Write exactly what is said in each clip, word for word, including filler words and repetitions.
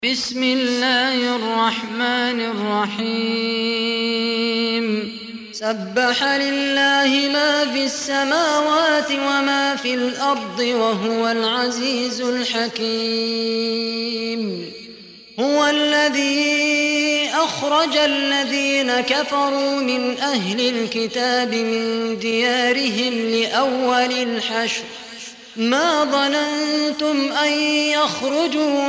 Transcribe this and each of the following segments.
بسم الله الرحمن الرحيم سبح لله ما في السماوات وما في الأرض وهو العزيز الحكيم. هو الذي أخرج الذين كفروا من أهل الكتاب من ديارهم لأول الحشر ما ظننتم أن يخرجوا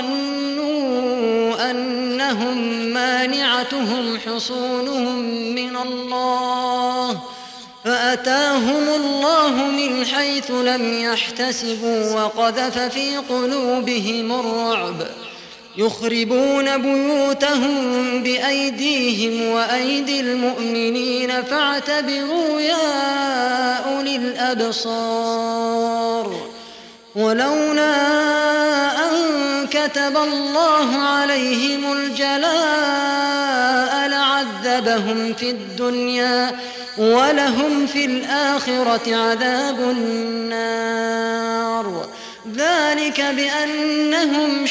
وظنوا أنهم مانعتهم حصونهم من الله فأتاهم الله من حيث لم يحتسبوا وقذف في قلوبهم الرعب يخربون بيوتهم بأيديهم وأيدي المؤمنين فاعتبروا يا أولي الأبصار. ولولا أن كتب الله عليهم الجلاء لعذبهم في الدنيا ولهم في الآخرة عذاب النار. ذلك بأنهم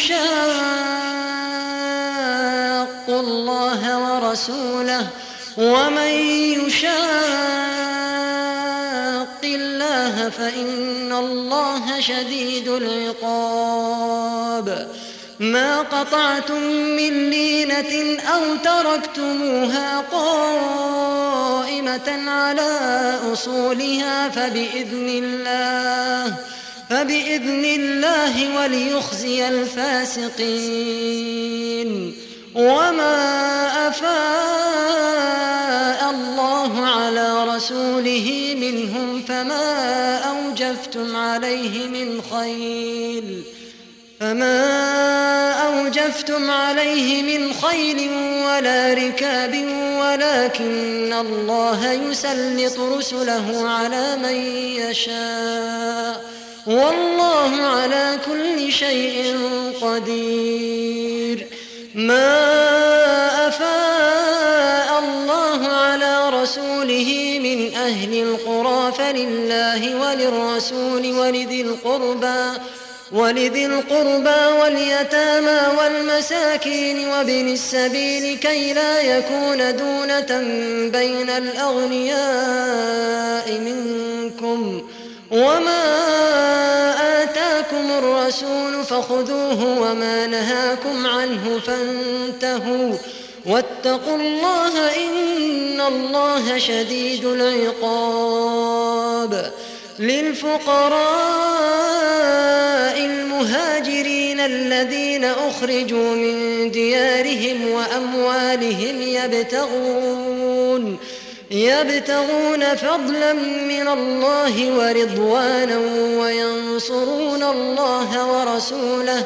شاقوا الله ورسوله ومن يشاق الله فإن الله شديد العقاب. ما قطعتم من لينة أو تركتموها قائمة على أصولها فبإذن الله فبإذن الله وليخزي الفاسقين. وما أفاء الله على رسوله منهم فما أوجفتم عليه من خيل فما أوجفتم عليه من خيل ولا ركاب ولكن الله يسلط رسله على من يشاء والله على كل شيء قدير. ما أفاء الله على رسوله من أهل القرى فلله وللرسول ولذي القربى ولذي القربى واليتامى والمساكين وابن السبيل كي لا يكون دونة بين الأغنياء منكم. وما آتاكم الرسول فخذوه وما نهاكم عنه فانتهوا واتقوا الله إن الله شديد العقاب. للفقراء المهاجرين الذين أخرجوا من ديارهم وأموالهم يبتغون يبتغون فضلا من الله ورضوانا وينصرون الله ورسوله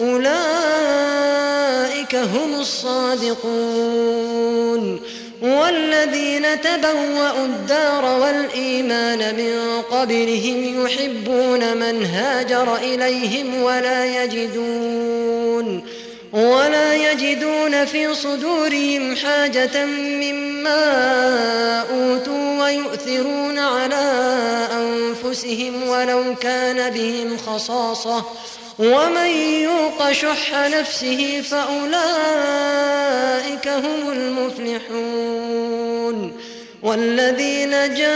أولئك هم الصادقون. والذين تبوأوا الدار والإيمان من قبلهم يحبون من هاجر إليهم ولا يجدون ولا يجدون في صدورهم حاجة مما أوتوا ويؤثرون على أنفسهم ولو كان بهم خصاصة ومن يوق شح نفسه فأولئك هم المفلحون. والذين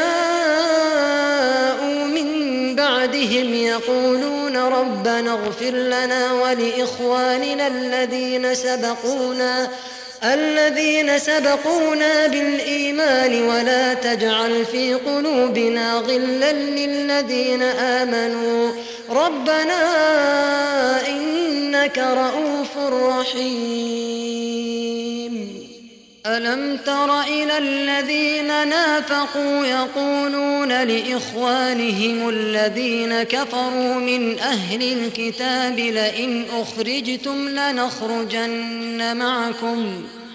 جاءوا من بعدهم يقولون ربنا اغفر لنا ولإخواننا الذين سبقونا الذين سبقونا بالإيمان ولا تجعل في قلوبنا غلا للذين آمنوا ربنا إنك رؤوف رحيم. ألم تر إلى الذين نافقوا يقولون لإخوانهم الذين كفروا من أهل الكتاب لئن أخرجتم لنخرجن معكم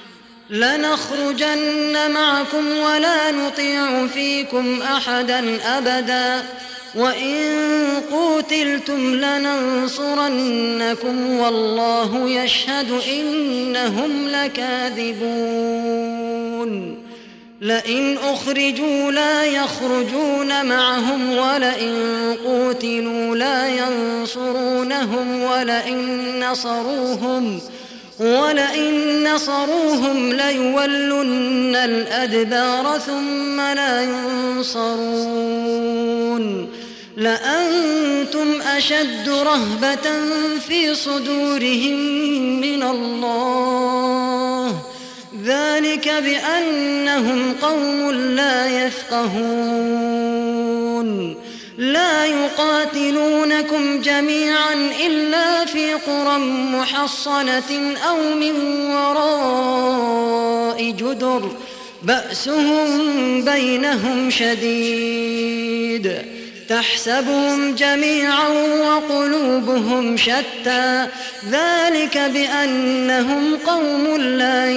لنخرجن معكم ولا نطيع فيكم أحدا أبدا وإن قوتلتم لننصرنكم والله يشهد إنهم لكاذبون. لئن أخرجوا لا يخرجون معهم ولئن قوتلوا لا ينصرونهم ولئن نصروهم ولئن نصروهم ليولن الأدبار ثم لا ينصرون لأنتم أشد رهبة في صدورهم من الله ذلك بأنهم قوم لا يفقهون لا يقاتلونكم جميعا إلا في قرى محصنة أو من وراء جدر بأسهم بينهم شديد تحسبهم جميعا وقلوبهم شتى ذلك بأنهم قوم لا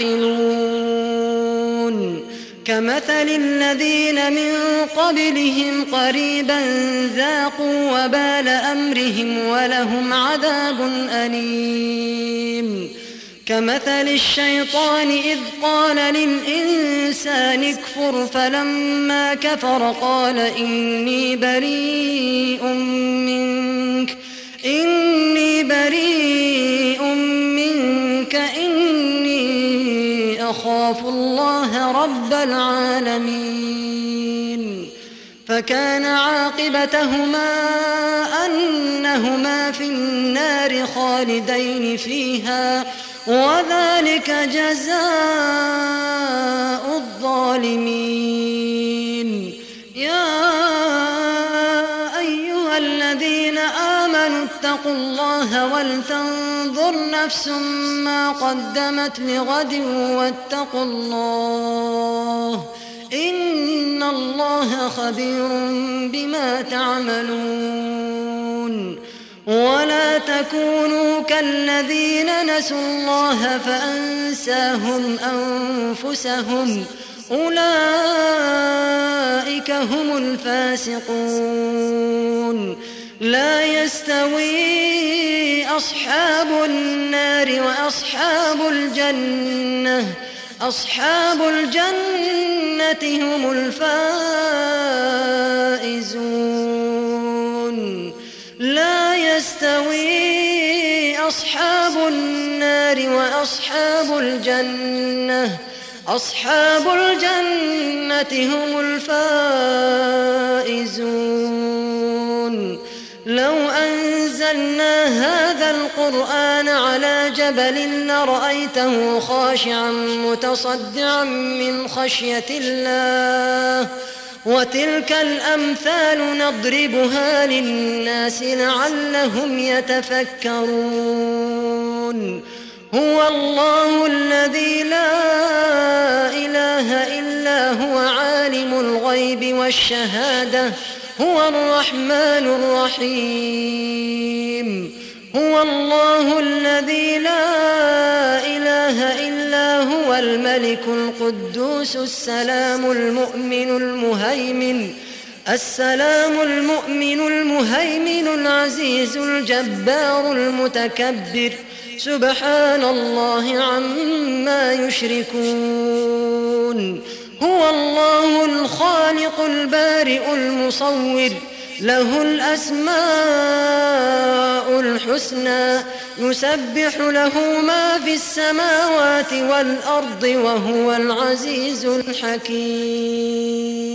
يعقلون كمثل الذين من قبلهم قريبا ذاقوا وبال أمرهم ولهم عذاب أليم كمثل الشيطان إذ قال للإنسان اكفر فلما كفر قال إني بريء منك إني بريء منك إني أخاف الله رب العالمين فكان عاقبتهما أنهما في النار خالدين فيها وذلك جزاء الظالمين يا أيها الذين آمنوا اتقوا الله ولتنظر نفس ما قدمت لغد واتقوا الله إن الله خبير بما تعملون ولا تكونوا كالذين نسوا الله فأنساهم أنفسهم أولئك هم الفاسقون لا يستوي أصحاب النار وأصحاب الجنة أصحاب الجنة هم الفائزون لا يستوي أصحاب النار وأصحاب الجنة أصحاب الجنة هم الفائزون لو أنزلنا هذا القرآن على جبل لرأيته خاشعا متصدعا من خشية الله وتلك الأمثال نضربها للناس لعلهم يتفكرون هو الله الذي لا إله إلا هو عالم الغيب والشهادة هو الرحمن الرحيم هو الله الذي لا إله إلا هو الملك القدوس السلام المؤمن المهيمن السلام المؤمن المهيمن العزيز الجبار المتكبر سبحان الله عما يشركون هو الله الخالق البارئ المصور له الأسماء الحسنى يسبح له ما في السماوات والأرض وهو العزيز الحكيم.